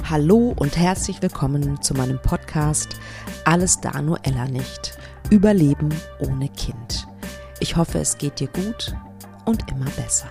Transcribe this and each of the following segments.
Hallo und herzlich willkommen zu meinem Podcast Alles da nur Ella nicht. Überleben ohne Kind. Ich hoffe, es geht dir gut und immer besser.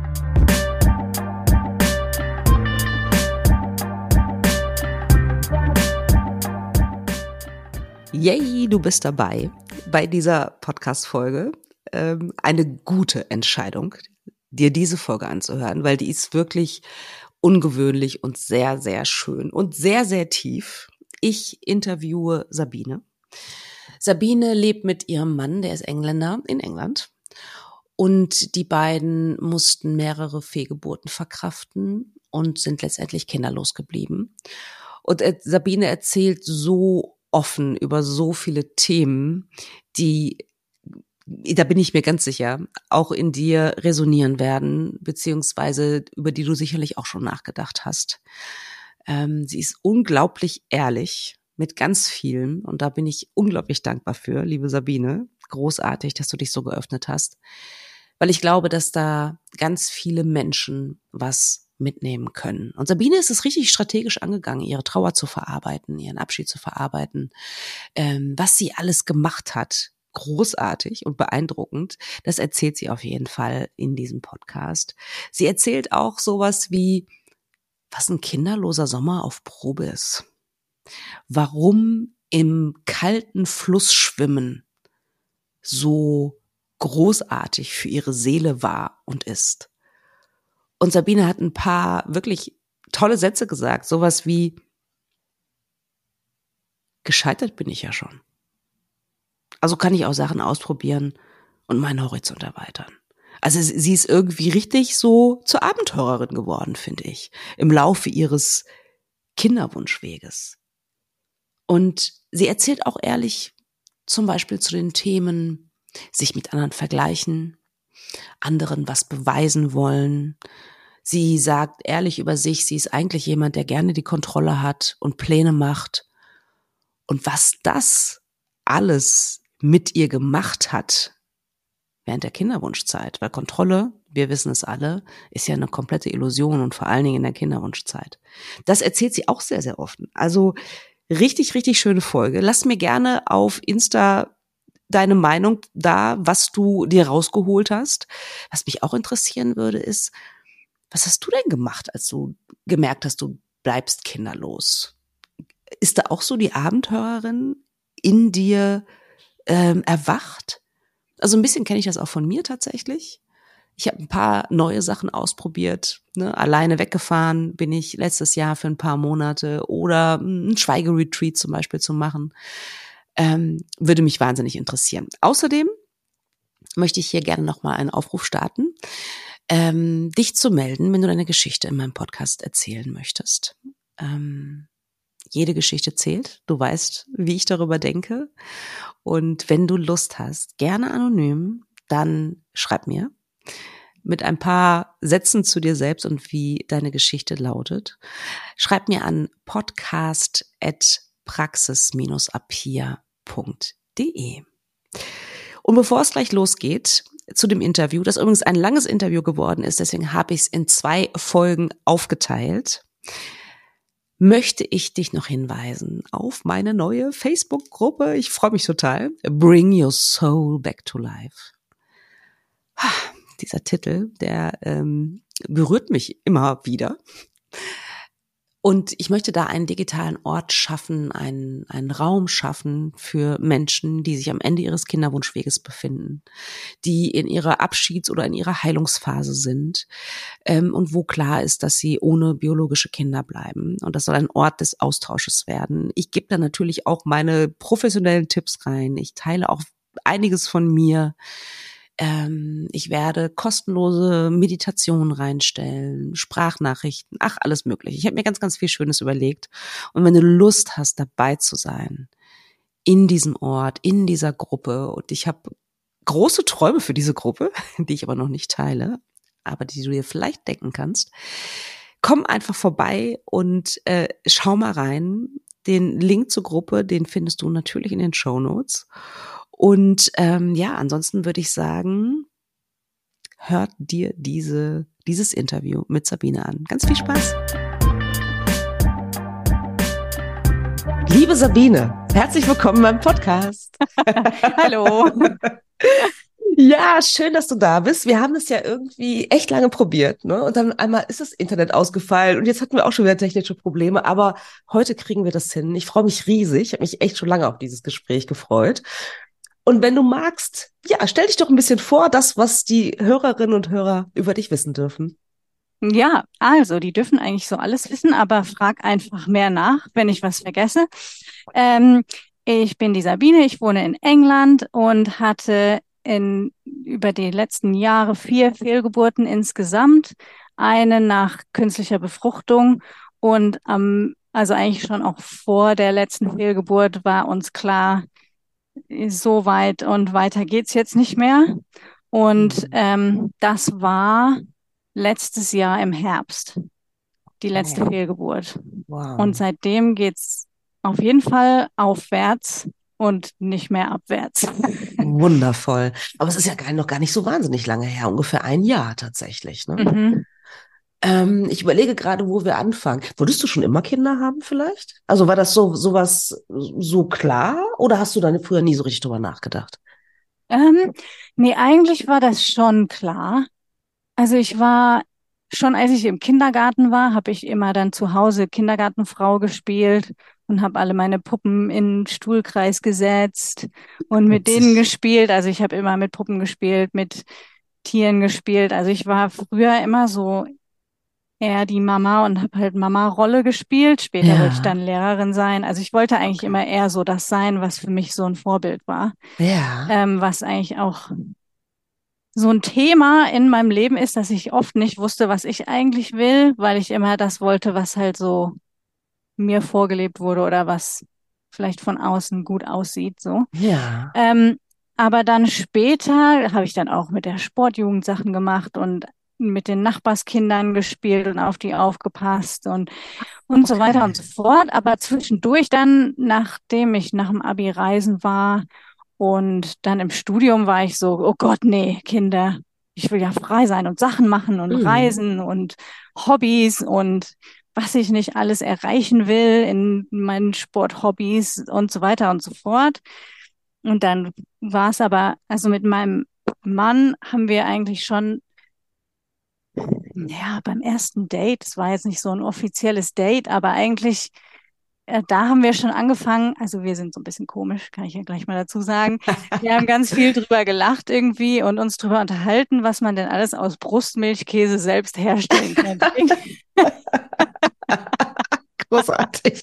Yay, du bist dabei bei dieser Podcast-Folge. Eine gute Entscheidung, dir diese Folge anzuhören, weil die ist wirklich ungewöhnlich und sehr, sehr schön und sehr, sehr tief. Ich interviewe Sabine. Sabine lebt mit ihrem Mann, der ist Engländer, in England. Und die beiden mussten mehrere Fehlgeburten verkraften und sind letztendlich kinderlos geblieben. Und Sabine erzählt so offen über so viele Themen, die, da bin ich mir ganz sicher, auch in dir resonieren werden, beziehungsweise über die du sicherlich auch schon nachgedacht hast. Sie ist unglaublich ehrlich mit ganz vielen und da bin ich unglaublich dankbar für, liebe Sabine. Großartig, dass du dich so geöffnet hast, weil ich glaube, dass da ganz viele Menschen was mitnehmen können. Und Sabine ist es richtig strategisch angegangen, ihre Trauer zu verarbeiten, ihren Abschied zu verarbeiten, was sie alles gemacht hat. Großartig und beeindruckend. Das erzählt sie auf jeden Fall in diesem Podcast. Sie erzählt auch sowas wie, was ein kinderloser Sommer auf Probe ist. Warum im kalten Fluss schwimmen so großartig für ihre Seele war und ist. Und Sabine hat ein paar wirklich tolle Sätze gesagt. Sowas wie, gescheitert bin ich ja schon. Also kann ich auch Sachen ausprobieren und meinen Horizont erweitern. Also sie ist irgendwie richtig so zur Abenteurerin geworden, finde ich, im Laufe ihres Kinderwunschweges. Und sie erzählt auch ehrlich zum Beispiel zu den Themen, sich mit anderen vergleichen, anderen was beweisen wollen. Sie sagt ehrlich über sich, sie ist eigentlich jemand, der gerne die Kontrolle hat und Pläne macht. Und was das alles mit ihr gemacht hat während der Kinderwunschzeit, weil Kontrolle, wir wissen es alle, ist ja eine komplette Illusion und vor allen Dingen in der Kinderwunschzeit. Das erzählt sie auch sehr, sehr offen. Also richtig, richtig schöne Folge. Lass mir gerne auf Insta deine Meinung da, was du dir rausgeholt hast. Was mich auch interessieren würde, ist, was hast du denn gemacht, als du gemerkt hast, du bleibst kinderlos? Ist da auch so die Abenteurerin in dir erwacht? Also ein bisschen kenne ich das auch von mir tatsächlich. Ich habe ein paar neue Sachen ausprobiert. Ne? Alleine weggefahren bin ich letztes Jahr für ein paar Monate oder ein Schweigeretreat zum Beispiel zu machen. Würde mich wahnsinnig interessieren. Außerdem möchte ich hier gerne nochmal einen Aufruf starten, dich zu melden, wenn du deine Geschichte in meinem Podcast erzählen möchtest. Jede Geschichte zählt. Du weißt, wie ich darüber denke. Und wenn du Lust hast, gerne anonym, dann schreib mir mit ein paar Sätzen zu dir selbst und wie deine Geschichte lautet. Schreib mir an podcast@praxis-apia.de. Und bevor es gleich losgeht zu dem Interview, das übrigens ein langes Interview geworden ist, deswegen habe ich es in 2 Folgen aufgeteilt, möchte ich dich noch hinweisen auf meine neue Facebook-Gruppe. Ich freue mich total. Bring Your Soul Back to Life. Dieser Titel, der berührt mich immer wieder. Und ich möchte da einen digitalen Ort schaffen, einen Raum schaffen für Menschen, die sich am Ende ihres Kinderwunschweges befinden, die in ihrer Abschieds- oder in ihrer Heilungsphase sind und wo klar ist, dass sie ohne biologische Kinder bleiben. Und das soll ein Ort des Austausches werden. Ich gebe da natürlich auch meine professionellen Tipps rein. Ich teile auch einiges von mir. Ich werde kostenlose Meditationen reinstellen, Sprachnachrichten, alles mögliche. Ich habe mir ganz, ganz viel Schönes überlegt. Und wenn du Lust hast, dabei zu sein, in diesem Ort, in dieser Gruppe, und ich habe große Träume für diese Gruppe, die ich aber noch nicht teile, aber die du dir vielleicht denken kannst, komm einfach vorbei und schau mal rein. Den Link zur Gruppe, den findest du natürlich in den Shownotes. Und ansonsten würde ich sagen, hört dir dieses Interview mit Sabine an. Ganz viel Spaß. Liebe Sabine, herzlich willkommen beim Podcast. Hallo. Ja, schön, dass du da bist. Wir haben es ja irgendwie echt lange probiert, ne? Und dann einmal ist das Internet ausgefallen und jetzt hatten wir auch schon wieder technische Probleme, aber heute kriegen wir das hin. Ich freue mich riesig. Ich habe mich echt schon lange auf dieses Gespräch gefreut. Und wenn du magst, ja, stell dich doch ein bisschen vor, das, was die Hörerinnen und Hörer über dich wissen dürfen. Ja, also, die dürfen eigentlich so alles wissen, aber frag einfach mehr nach, wenn ich was vergesse. Ähm, Ich bin die Sabine, ich wohne in England und hatte über die letzten Jahre 4 Fehlgeburten insgesamt, eine nach künstlicher Befruchtung und also eigentlich schon auch vor der letzten Fehlgeburt war uns klar, so weit und weiter geht's jetzt nicht mehr. Und Mhm. das war letztes Jahr im Herbst, die letzte Okay. Fehlgeburt. Und Wow. seitdem geht's auf jeden Fall aufwärts und nicht mehr abwärts. Wundervoll. Aber es ist ja noch gar nicht so wahnsinnig lange her, ungefähr ein Jahr tatsächlich, ne? Mhm. Ich überlege gerade, wo wir anfangen. Wolltest du schon immer Kinder haben vielleicht? Also war das sowas so klar oder hast du dann früher nie so richtig drüber nachgedacht? Ähm, Nee, eigentlich war das schon klar. Also ich war schon, als ich im Kindergarten war, habe ich immer dann zu Hause Kindergartenfrau gespielt und habe alle meine Puppen in den Stuhlkreis gesetzt und mit denen Witzig. gespielt. Also ich habe immer mit Puppen gespielt, mit Tieren gespielt. Also ich war früher immer so eher die Mama und habe halt Mama-Rolle gespielt. Später wollte ich dann Ja, Lehrerin sein. Also ich wollte eigentlich okay. immer eher so das sein, was für mich so ein Vorbild war, Ja, was eigentlich auch so ein Thema in meinem Leben ist, dass ich oft nicht wusste, was ich eigentlich will, weil ich immer das wollte, was halt so mir vorgelebt wurde oder was vielleicht von außen gut aussieht, so. ja. Ähm, aber dann später habe ich dann auch mit der Sportjugend Sachen gemacht und mit den Nachbarskindern gespielt und auf die aufgepasst und so weiter und Okay. so fort. Aber zwischendurch dann, nachdem ich nach dem Abi reisen war, und dann im Studium war ich so, oh Gott, nee, Kinder, ich will ja frei sein und Sachen machen und Mhm. reisen und Hobbys und was ich nicht alles erreichen will in meinen Sporthobbys und so weiter und so fort. Und dann war es aber, also mit meinem Mann haben wir eigentlich schon, ja, beim ersten Date, es war jetzt nicht so ein offizielles Date, aber eigentlich da haben wir schon angefangen, also wir sind so ein bisschen komisch, kann ich ja gleich mal dazu sagen. Wir haben ganz viel drüber gelacht irgendwie und uns drüber unterhalten, was man denn alles aus Brustmilchkäse selbst herstellen könnte. Großartig.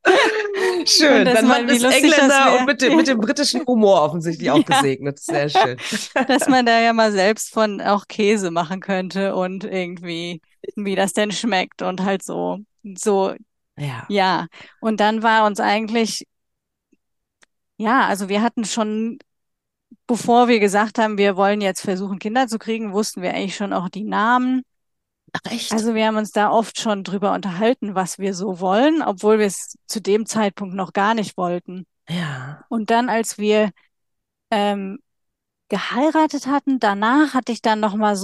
Und Schön. dass Dein Mann man, wie ist lustig das Engländer und wäre. mit dem britischen Humor offensichtlich auch Ja, gesegnet. Sehr schön. dass man da ja mal selbst von auch Käse machen könnte und irgendwie, wie das denn schmeckt und halt so, Ja. ja. Und dann war uns eigentlich, ja, also wir hatten schon bevor wir gesagt haben, wir wollen jetzt versuchen, Kinder zu kriegen, wussten wir eigentlich schon auch die Namen. Ach, echt? Also wir haben uns da oft schon drüber unterhalten, was wir so wollen, obwohl wir es zu dem Zeitpunkt noch gar nicht wollten. Ja. Und dann, als wir ähm, geheiratet hatten, danach hatte ich dann noch mal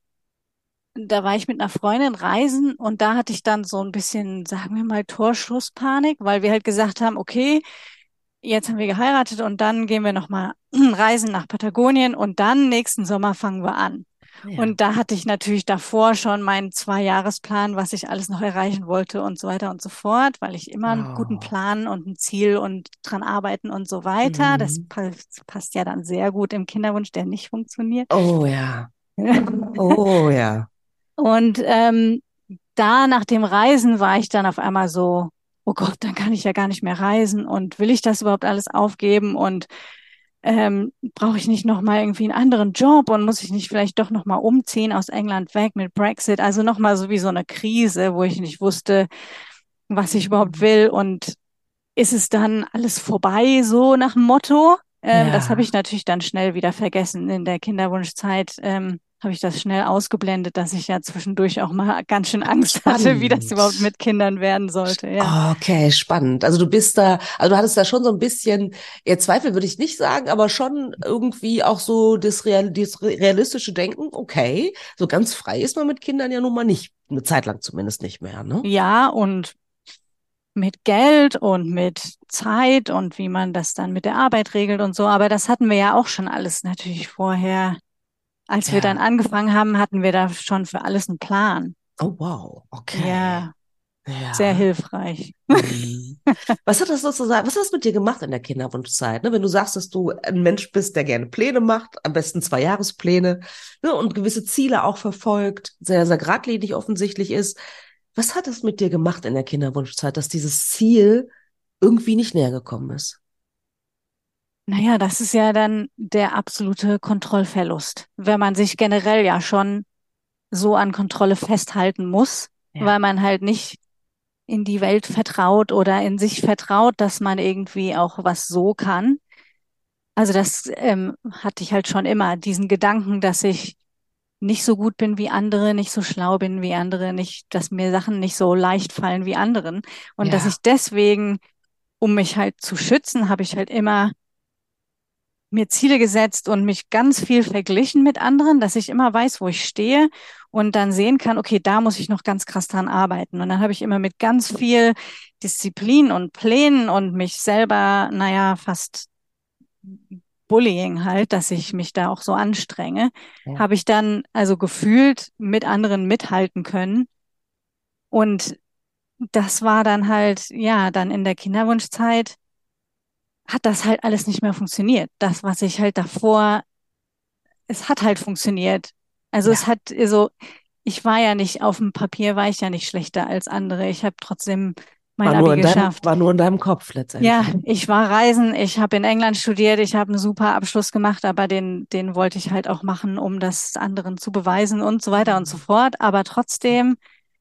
da war ich mit einer Freundin reisen und da hatte ich dann so ein bisschen, sagen wir mal, Torschusspanik, weil wir halt gesagt haben, okay, jetzt haben wir geheiratet und dann gehen wir noch mal reisen nach Patagonien und dann nächsten Sommer fangen wir an. Ja. Und da hatte ich natürlich davor schon meinen 2-Jahresplan, was ich alles noch erreichen wollte und so weiter und so fort, weil ich immer einen guten Oh. Plan und ein Ziel und dran arbeiten und so weiter. Das Mhm. passt ja dann sehr gut im Kinderwunsch, der nicht funktioniert. Oh ja. Oh ja. Und da nach dem Reisen war ich dann auf einmal so, oh Gott, dann kann ich ja gar nicht mehr reisen und will ich das überhaupt alles aufgeben und brauche ich nicht noch mal irgendwie einen anderen Job und muss ich nicht vielleicht doch noch mal umziehen aus England weg mit Brexit? Also noch mal so wie so eine Krise, wo ich nicht wusste, was ich überhaupt will und ist es dann alles vorbei, so nach dem Motto? Das habe Ja. ich natürlich dann schnell wieder vergessen. In der Kinderwunschzeit habe ich das schnell ausgeblendet, dass ich ja zwischendurch auch mal ganz schön Angst hatte, wie das überhaupt Spannend. mit Kindern werden sollte. Ja, Okay, spannend. Also du bist da, also du hattest da schon so ein bisschen, eher Zweifel würde ich nicht sagen, aber schon irgendwie auch so das realistische Denken, okay, so ganz frei ist man mit Kindern ja nun mal nicht, eine Zeit lang zumindest nicht mehr, ne? ja und mit Geld und mit Zeit und wie man das dann mit der Arbeit regelt und so. Aber das hatten wir ja auch schon alles natürlich vorher. Als wir dann Ja. angefangen haben, hatten wir da schon für alles einen Plan. Oh, wow. Okay. Ja, sehr Ja. hilfreich. Mhm. Was hat das sozusagen, was hat das mit dir gemacht in der Kinderwunschzeit? Ne? Wenn du sagst, dass du ein Mensch bist, der gerne Pläne macht, am besten Zwei-Jahrespläne, ne? Und gewisse Ziele auch verfolgt, sehr, sehr geradlinig offensichtlich ist. Was hat das mit dir gemacht in der Kinderwunschzeit, dass dieses Ziel irgendwie nicht näher gekommen ist? Naja, das ist ja dann der absolute Kontrollverlust, wenn man sich generell ja schon so an Kontrolle festhalten muss, Ja. weil man halt nicht in die Welt vertraut oder in sich vertraut, dass man irgendwie auch was so kann. Also das hatte ich halt schon immer, diesen Gedanken, dass ich nicht so gut bin wie andere, nicht so schlau bin wie andere, nicht, dass mir Sachen nicht so leicht fallen wie anderen. Und dass Ja. ich deswegen, um mich halt zu schützen, habe ich halt immer mir Ziele gesetzt und mich ganz viel verglichen mit anderen, dass ich immer weiß, wo ich stehe und dann sehen kann, okay, da muss ich noch ganz krass dran arbeiten. Und dann habe ich immer mit ganz viel Disziplin und Plänen und mich selber, naja, fast Bullying halt, dass ich mich da auch so anstrenge, Ja. habe ich dann also gefühlt mit anderen mithalten können. Und das war dann halt, ja, dann in der Kinderwunschzeit hat das halt alles nicht mehr funktioniert. Das, was ich halt davor, es hat halt funktioniert. Also es Ja. hat, also ich war ja nicht auf dem Papier, war ich ja nicht schlechter als andere. Ich habe trotzdem mein Abi geschafft. War nur in deinem Kopf Ja, letztendlich. ich war reisen, ich habe in England studiert, ich habe einen super Abschluss gemacht, aber den wollte ich halt auch machen, um das anderen zu beweisen und so weiter und so Mhm. fort. Aber trotzdem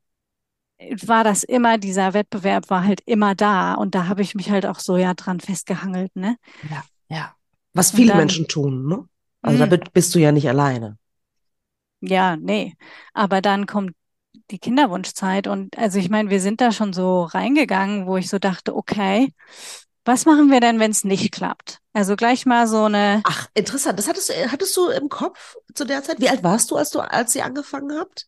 war das immer, dieser Wettbewerb war halt immer da und da habe ich mich halt auch so ja dran festgehangelt, ne? Ja. Ja. Was Und viele dann, Menschen tun, ne? Also mh, damit bist du ja nicht alleine. ja, nee. Aber dann kommt die Kinderwunschzeit und also ich meine, wir sind da schon so reingegangen, wo ich so dachte, okay, was machen wir denn, wenn es nicht klappt? Also gleich mal so eine. Ach, interessant. Hattest du im Kopf zu der Zeit? Wie alt warst du, als ihr angefangen habt?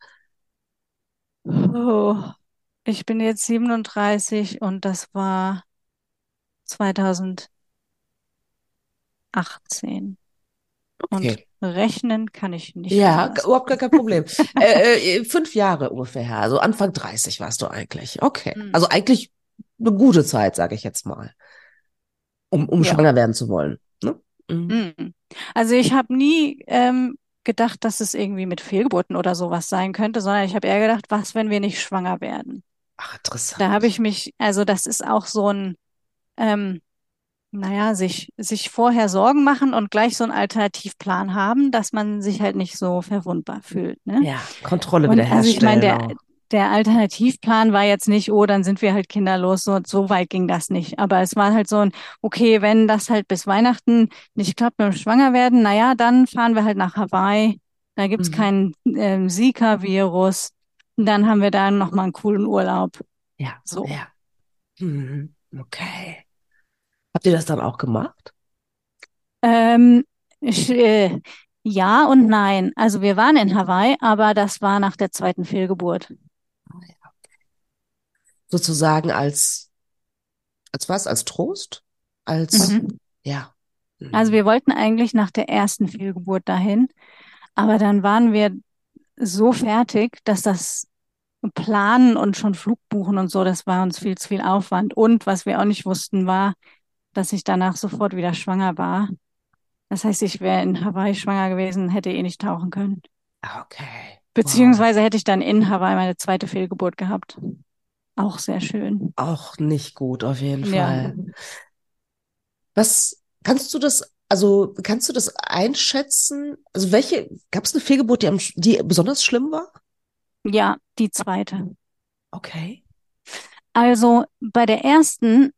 Oh, ich bin jetzt 37 und das war 2018. Und Okay. rechnen kann ich nicht Ja, besonders gut. überhaupt gar kein Problem. 5 Jahre ungefähr her. Also Anfang 30 warst du eigentlich. Okay. Hm. Also eigentlich eine gute Zeit, sage ich jetzt mal, um Ja. schwanger werden zu wollen. Ne? Mhm. Hm. Also ich habe nie gedacht, dass es irgendwie mit Fehlgeburten oder sowas sein könnte, sondern ich habe eher gedacht, was, wenn wir nicht schwanger werden? Ach, Da habe interessant. ich mich, also das ist auch so ein, ähm, naja, sich vorher Sorgen machen und gleich so einen Alternativplan haben, dass man sich halt nicht so verwundbar fühlt, ne? Ja, Kontrolle Und also ich meine, wiederherstellen auch. der Alternativplan war jetzt nicht, oh, dann sind wir halt kinderlos, so weit ging das nicht. Aber es war halt so ein, okay, wenn das halt bis Weihnachten nicht klappt mit dem Schwangerwerden, naja, dann fahren wir halt nach Hawaii. Da gibt's Mhm. keinen Zika-Virus. Und dann haben wir da nochmal einen coolen Urlaub. Ja, So. ja. Mhm. Okay. Habt ihr das dann auch gemacht? Ähm, ich, ja und nein. Also wir waren in Hawaii, aber das war nach der zweiten Fehlgeburt. Sozusagen als was? Als Trost? Als, Mhm. ja. Also Mhm. wir wollten eigentlich nach der ersten Fehlgeburt dahin, aber dann waren wir so fertig, dass das Planen und schon Flug buchen und so, das war uns viel zu viel Aufwand. Und was wir auch nicht wussten, war, dass ich danach sofort wieder schwanger war. Das heißt, ich wäre in Hawaii schwanger gewesen, hätte eh nicht tauchen können. Okay. Wow. Beziehungsweise hätte ich dann in Hawaii meine zweite Fehlgeburt gehabt. Auch sehr schön. Auch nicht gut, auf jeden Ja, Fall. Was kannst du das einschätzen? Also gab es eine Fehlgeburt, die besonders schlimm war? ja, die zweite. Okay. Also bei der ersten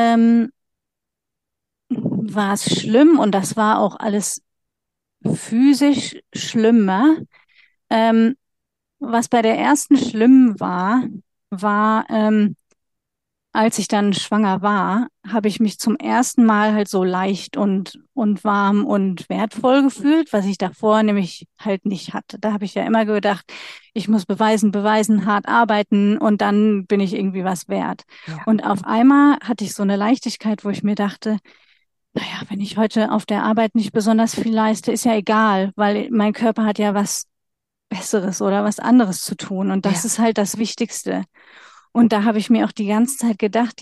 war es schlimm und das war auch alles physisch schlimmer. Ähm, was bei der ersten schlimm war, war, als ich dann schwanger war, habe ich mich zum ersten Mal halt so leicht und warm und wertvoll gefühlt, was ich davor nämlich halt nicht hatte. Da habe ich ja immer gedacht, ich muss beweisen, beweisen, hart arbeiten und dann bin ich irgendwie was wert. Ja. Und auf einmal hatte ich so eine Leichtigkeit, wo ich mir dachte, naja, wenn ich heute auf der Arbeit nicht besonders viel leiste, ist ja egal, weil mein Körper hat ja was Besseres oder was anderes zu tun. Und das Ja. ist halt das Wichtigste. Und da habe ich mir auch die ganze Zeit gedacht,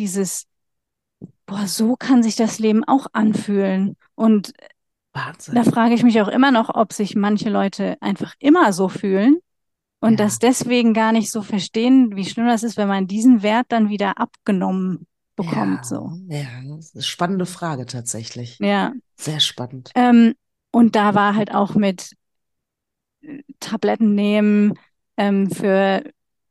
boah, so kann sich das Leben auch anfühlen. Und da Wahnsinn. frage ich mich auch immer noch, ob sich manche Leute einfach immer so fühlen und das Ja. deswegen gar nicht so verstehen, wie schlimm das ist, wenn man diesen Wert dann wieder abgenommen bekommt, Ja. so. Ja. Das ist eine spannende Frage tatsächlich. Ja. Sehr spannend. Ähm, und da war halt auch mit Tabletten nehmen, für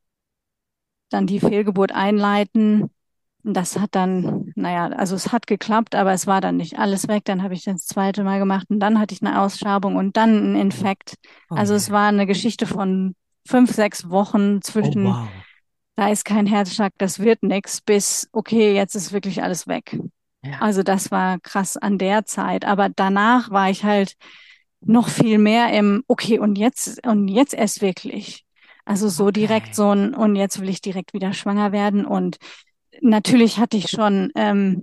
dann die Fehlgeburt einleiten. Das hat dann, naja, also es hat geklappt, aber es war dann nicht alles weg. Dann habe ich das zweite Mal gemacht und dann hatte ich eine Ausschabung und dann einen Infekt. Oh Also je. es war eine Geschichte von 5, 6 Wochen Oh zwischen, wow. da ist kein Herzschlag, das wird nix, bis, okay, jetzt ist wirklich alles weg. Ja. Also das war krass an der Zeit. Aber danach war ich halt noch viel mehr im, okay, und jetzt erst wirklich. Also so direkt Okay. so ein, und jetzt will ich direkt wieder schwanger werden. Und natürlich hatte ich schon,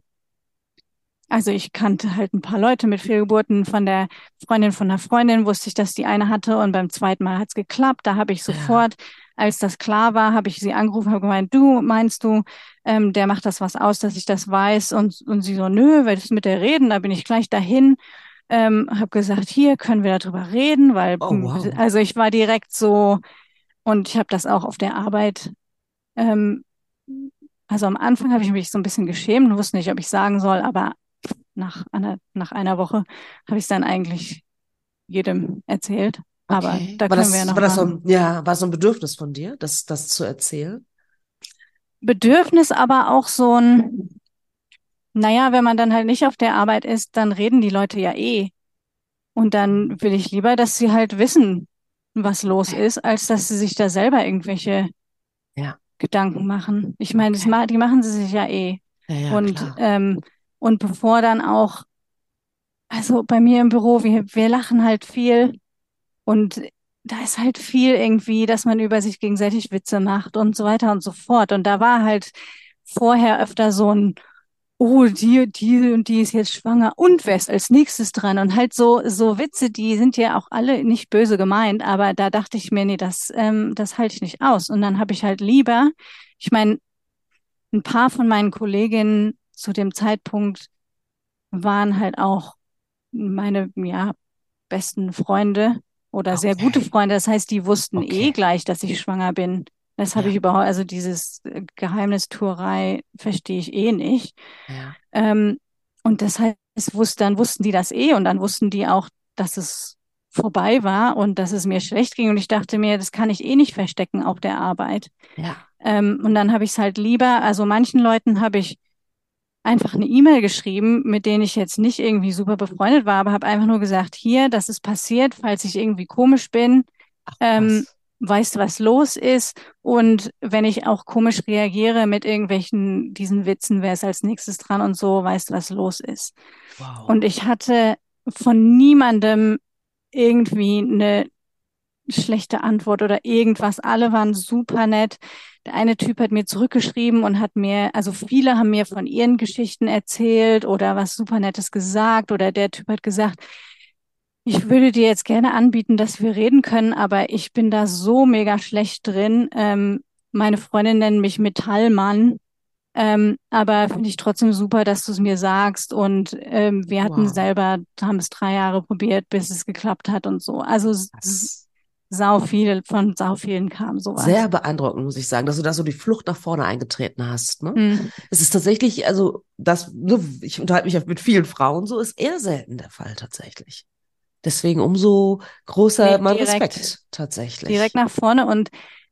also ich kannte halt ein paar Leute mit Fehlgeburten. Von der Freundin von einer Freundin wusste ich, dass die eine hatte und beim zweiten Mal hat's geklappt. Da habe ich Ja. sofort, als das klar war, habe ich sie angerufen, habe gemeint, du, meinst du, der macht das was aus, dass ich das weiß? Und sie so, nö, willst du mit der reden? Da bin ich gleich dahin. Habe gesagt, hier können wir darüber reden, weil, Oh wow. also ich war direkt so, und ich habe das auch auf der Arbeit, ähm, also am Anfang habe ich mich so ein bisschen geschämt und wusste nicht, ob ich sagen soll, aber nach einer Woche habe ich es dann eigentlich jedem erzählt. Aber Okay. da können wir ja War das so nochmal. ein, ja, war so ein Bedürfnis von dir, das zu erzählen? Bedürfnis, aber auch so ein, naja, wenn man dann halt nicht auf der Arbeit ist, dann reden die Leute ja eh. Und dann will ich lieber, dass sie halt wissen, was los Okay. ist, als dass sie sich da selber irgendwelche Ja. Gedanken machen. Ich meine, Okay. die machen sie sich ja eh. Ja, ja, Und, klar. und bevor dann auch, also bei mir im Büro, wir lachen halt viel und da ist halt viel irgendwie, dass man über sich gegenseitig Witze macht und so weiter und so fort. Und da war halt vorher öfter so ein, oh, die und die ist jetzt schwanger und wer ist als nächstes dran? Und halt so Witze, die sind ja auch alle nicht böse gemeint, aber da dachte ich mir, nee, das halte ich nicht aus. Und dann habe ich halt lieber, ich meine, ein paar von meinen Kolleginnen zu dem Zeitpunkt waren halt auch meine, ja, besten Freunde oder sehr gute Okay. Freunde. Das heißt, die wussten eh Okay. gleich, dass ich schwanger bin. Das habe ich Ja. überhaupt, also dieses Geheimnistuerei verstehe ich eh nicht. Ja. Ähm, und das heißt, dann wussten die das eh und dann wussten die auch, dass es vorbei war und dass es mir schlecht ging. Und ich dachte mir, das kann ich eh nicht verstecken auf der Arbeit. Ja. Und dann habe ich es halt lieber, also manchen Leuten habe ich einfach eine E-Mail geschrieben, mit denen ich jetzt nicht irgendwie super befreundet war, aber habe einfach nur gesagt, hier, das ist passiert, falls ich irgendwie komisch bin, Ach, ähm, krass. weißt du, was los ist? Und wenn ich auch komisch reagiere mit irgendwelchen diesen Witzen, wer ist als nächstes dran und so, weißt du, was los ist? Wow. Und ich hatte von niemandem irgendwie eine schlechte Antwort oder irgendwas. Alle waren super nett. Der eine Typ hat mir zurückgeschrieben und hat mir, also viele haben mir von ihren Geschichten erzählt oder was super Nettes gesagt oder der Typ hat gesagt, ich würde dir jetzt gerne anbieten, dass wir reden können, aber ich bin da so mega schlecht drin. Meine Freundin nennt mich Metallmann. Aber finde ich trotzdem super, dass du es mir sagst. Und wir hatten Wow. selber, haben es 3 Jahre probiert, bis es geklappt hat und so. Also Das von sau vielen kam sowas. sehr beeindruckend, muss ich sagen, dass du da so die Flucht nach vorne eingetreten hast, ne? Hm. Es ist tatsächlich, also, ich unterhalte mich ja mit vielen Frauen, so ist eher selten der Fall tatsächlich. Deswegen umso größer Nee, mein Respekt direkt tatsächlich. nach vorne und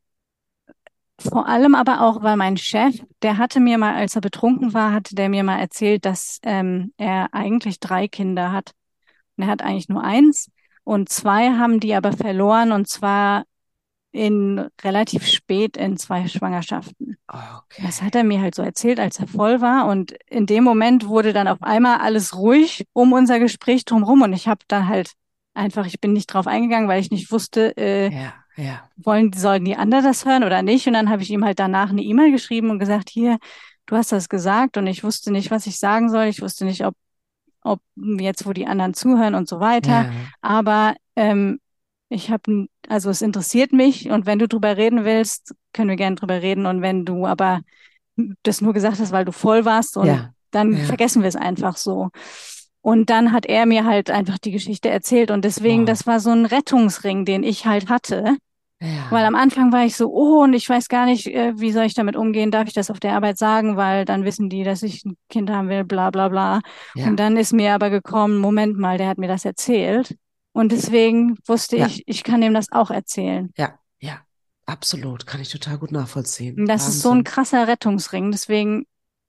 vor allem aber auch, weil mein Chef, der hatte mir mal, als er betrunken war, hatte der mir mal erzählt, dass er eigentlich 3 Kinder hat. Und er hat eigentlich nur eins und zwei haben die aber verloren und zwar relativ spät in 2 Schwangerschaften. Das hat Okay. er mir halt so erzählt, als er voll war. Und in dem Moment wurde dann auf einmal alles ruhig um unser Gespräch drumherum. Und ich habe dann halt einfach, ich bin nicht drauf eingegangen, weil ich nicht wusste, Ja, ja, sollen die anderen das hören oder nicht? Und dann habe ich ihm halt danach eine E-Mail geschrieben und gesagt, hier, du hast das gesagt und ich wusste nicht, was ich sagen soll. Ich wusste nicht, ob jetzt, wo die anderen zuhören und so weiter. ja, Aber also es interessiert mich und wenn du drüber reden willst, können wir gerne drüber reden. Und wenn du aber das nur gesagt hast, weil du voll warst und ja, dann ja. vergessen wir es einfach so. Und dann hat er mir halt einfach die Geschichte erzählt und deswegen, Wow. das war so ein Rettungsring, den ich halt hatte. Weil Ja, am Anfang war ich so, oh, und ich weiß gar nicht, wie soll ich damit umgehen? Darf ich das auf der Arbeit sagen? Weil dann wissen die, dass ich ein Kind haben will, bla bla bla. Und ja, dann ist mir aber gekommen, Moment mal, der hat mir das erzählt. Und deswegen wusste ja, ich kann ihm das auch erzählen. ja, ja. Absolut. Kann ich total gut nachvollziehen. Und das ist so ein Wahnsinn. krasser Rettungsring. Deswegen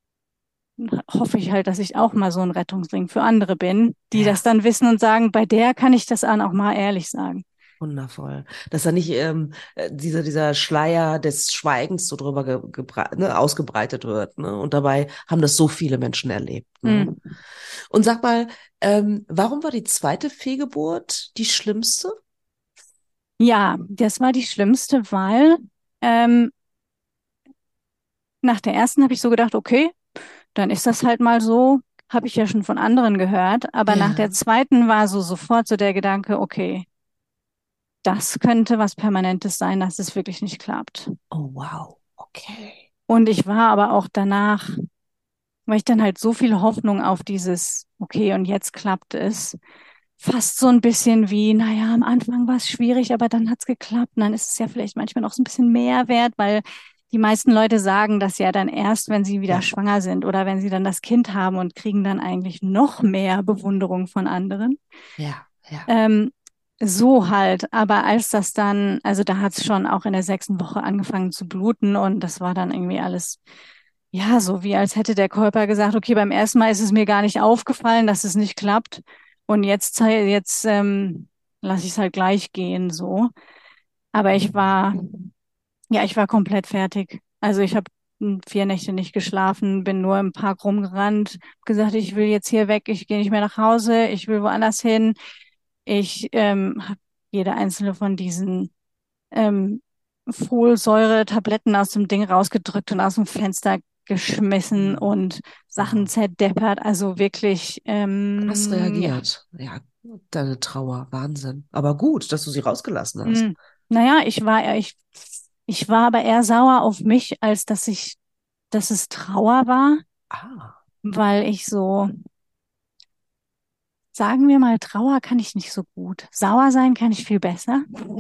hoffe ich halt, dass ich auch mal so ein Rettungsring für andere bin, die das Ja. dann wissen und sagen, bei der kann ich das an auch mal ehrlich sagen. Wundervoll. Dass da nicht dieser Schleier des Schweigens so drüber ne, ausgebreitet wird. Ne? Und dabei haben das so viele Menschen erlebt. Ne? Hm. Und sag mal, warum war die zweite Fehlgeburt die schlimmste? Ja, das war die schlimmste, weil ähm, nach der ersten habe ich so gedacht, okay, dann ist das halt mal so, habe ich ja schon von anderen gehört. Aber nach der Ja. zweiten war so sofort so der Gedanke, okay, das könnte was Permanentes sein, dass es wirklich nicht klappt. Oh, wow. Okay. Und ich war aber auch danach, weil ich dann halt so viel Hoffnung auf dieses, okay, und jetzt klappt es, fast so ein bisschen wie, naja, am Anfang war es schwierig, aber dann hat es geklappt. Und dann ist es ja vielleicht manchmal noch so ein bisschen mehr wert, weil die meisten Leute sagen das ja dann erst, wenn sie wieder Ja, schwanger sind oder wenn sie dann das Kind haben und kriegen dann eigentlich noch mehr Bewunderung von anderen. ja, ja. Ähm, so halt, aber als das dann, also da hat es schon auch in der 6. Woche angefangen zu bluten und das war dann irgendwie alles, ja, so wie als hätte der Körper gesagt, okay, beim ersten Mal ist es mir gar nicht aufgefallen, dass es nicht klappt und jetzt lasse ich es halt gleich gehen, so. Aber ich war komplett fertig. Also ich habe 4 Nächte nicht geschlafen, bin nur im Park rumgerannt, gesagt, ich will jetzt hier weg, ich gehe nicht mehr nach Hause, ich will woanders hin. Ich habe jede einzelne von diesen ähm, Folsäure-Tabletten aus dem Ding rausgedrückt und aus dem Fenster geschmissen Hm. und Sachen Wow. zerdeppert. Also wirklich, Krass ja. reagiert. Ja, deine Trauer. Wahnsinn. Aber gut, dass du sie rausgelassen hast. Hm. Naja, ich war aber eher sauer auf mich, als dass es Trauer war, Ah. weil ich so, sagen wir mal, Trauer kann ich nicht so gut. Sauer sein kann ich viel besser.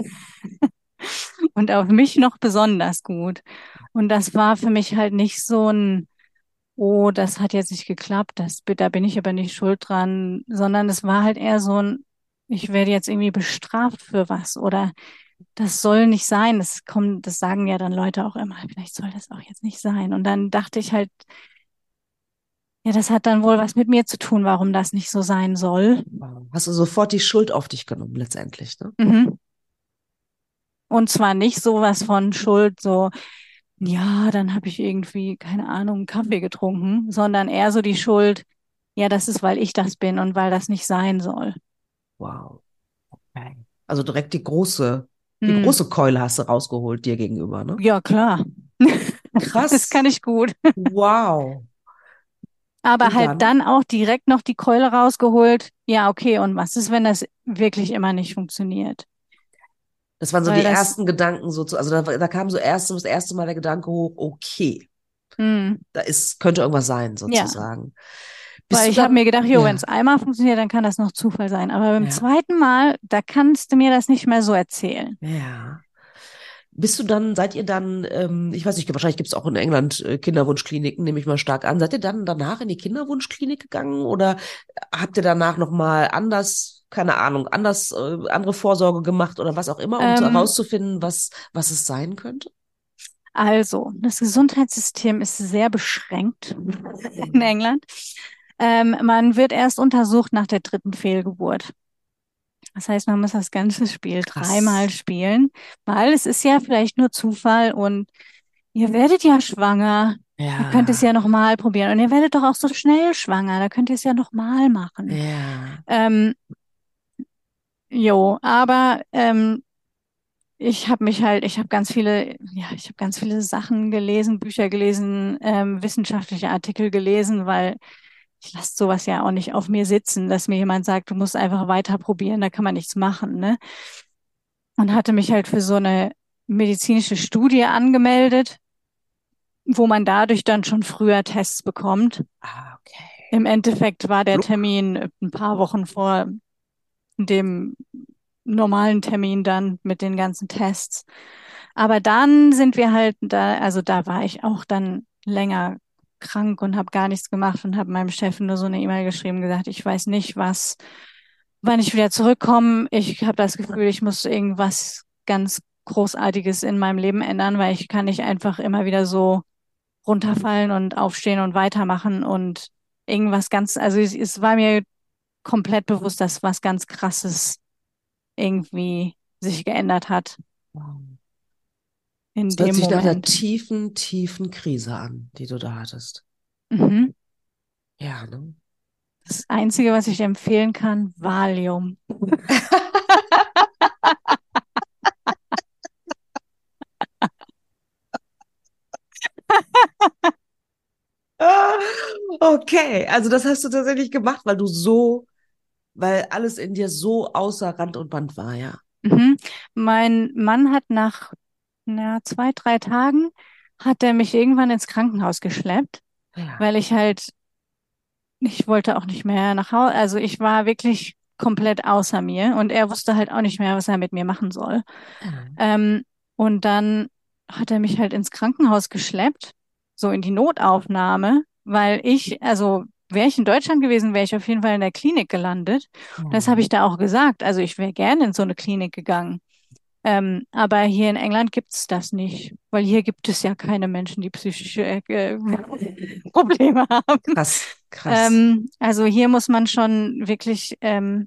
Und auf mich noch besonders gut. Und das war für mich halt nicht so ein, oh, das hat jetzt nicht geklappt, da bin ich aber nicht schuld dran, sondern es war halt eher so ein, ich werde jetzt irgendwie bestraft für was oder das soll nicht sein. Das sagen ja dann Leute auch immer, vielleicht soll das auch jetzt nicht sein. Und dann dachte ich halt, ja, das hat dann wohl was mit mir zu tun, warum das nicht so sein soll. Wow. Hast du sofort die Schuld auf dich genommen, letztendlich, ne? Mhm. Und zwar nicht sowas von Schuld, so, ja, dann habe ich irgendwie, keine Ahnung, einen Kaffee getrunken, sondern eher so die Schuld, ja, das ist, weil ich das bin und weil das nicht sein soll. Wow. Okay. Also direkt die Hm, große Keule hast du rausgeholt dir gegenüber, ne? ja, klar. Das kann Krass. ich gut. Wow. Aber Und halt dann? dann auch direkt noch die Keule rausgeholt. Ja, okay, und was ist, wenn das wirklich immer nicht funktioniert? Das waren so Weil die das, ersten Gedanken, also da kam das erste Mal der Gedanke hoch, okay, hm, könnte irgendwas sein, ja. sozusagen. Bist Weil du ich habe mir dann, gedacht, jo, wenn es ja, einmal funktioniert, dann kann das noch Zufall sein. Aber beim ja, zweiten Mal, da kannst du mir das nicht mehr so erzählen. ja. Seid ihr dann, ich weiß nicht, wahrscheinlich gibt es auch in England Kinderwunschkliniken, nehme ich mal stark an. Seid ihr dann danach in die Kinderwunschklinik gegangen oder habt ihr danach nochmal keine Ahnung, andere Vorsorge gemacht oder was auch immer, um Ähm, herauszufinden, was es sein könnte? also, das Gesundheitssystem ist sehr beschränkt in England. Man wird erst untersucht nach der 3. Fehlgeburt. Das heißt, man muss das ganze Spiel dreimal Krass. spielen, weil es ist ja vielleicht nur Zufall und ihr werdet ja schwanger. Ihr könnt es ja Ja, nochmal probieren. Und ihr werdet doch auch so schnell schwanger. Da könnt ihr es ja nochmal machen. ja. Ähm, jo, aber ich habe ganz viele, ja, ich habe ganz viele Sachen gelesen, Bücher gelesen, wissenschaftliche Artikel gelesen, weil ich lasse sowas ja auch nicht auf mir sitzen, dass mir jemand sagt, du musst einfach weiter probieren, da kann man nichts machen, ne? Und hatte mich halt für so eine medizinische Studie angemeldet, wo man dadurch dann schon früher Tests bekommt. Ah, okay. Im Endeffekt war der Glück. Termin ein paar Wochen vor dem normalen Termin dann mit den ganzen Tests. Aber dann sind wir halt da, also da war ich auch dann länger krank und habe gar nichts gemacht und habe meinem Chef nur so eine E-Mail geschrieben, gesagt, ich weiß nicht, wann ich wieder zurückkomme. Ich habe das Gefühl, ich muss irgendwas ganz Großartiges in meinem Leben ändern, weil ich kann nicht einfach immer wieder so runterfallen und aufstehen und weitermachen und irgendwas ganz, also es war mir komplett bewusst, dass was ganz Krasses irgendwie sich geändert hat Wow. in Es hört dem sich nach einer Moment. tiefen, tiefen Krise an, die du da hattest. Mhm. Ja, ne? Das Einzige, was ich empfehlen kann, Valium. Ah, okay, also das hast du tatsächlich gemacht, weil alles in dir so außer Rand und Band war, ja. Mhm. Mein Mann hat nach 2, 3 Tagen hat er mich irgendwann ins Krankenhaus geschleppt, Ja. weil ich wollte auch nicht mehr nach Hause. Also ich war wirklich komplett außer mir und er wusste halt auch nicht mehr, was er mit mir machen soll. Ja. Ähm, und dann hat er mich halt ins Krankenhaus geschleppt, so in die Notaufnahme, weil also wäre ich in Deutschland gewesen, wäre ich auf jeden Fall in der Klinik gelandet. Und das habe Ja. ich da auch gesagt. Also ich wäre gerne in so eine Klinik gegangen. Aber hier in England gibt es das nicht, weil hier gibt es ja keine Menschen, die psychische Probleme haben. Krass, krass. Also hier muss man schon wirklich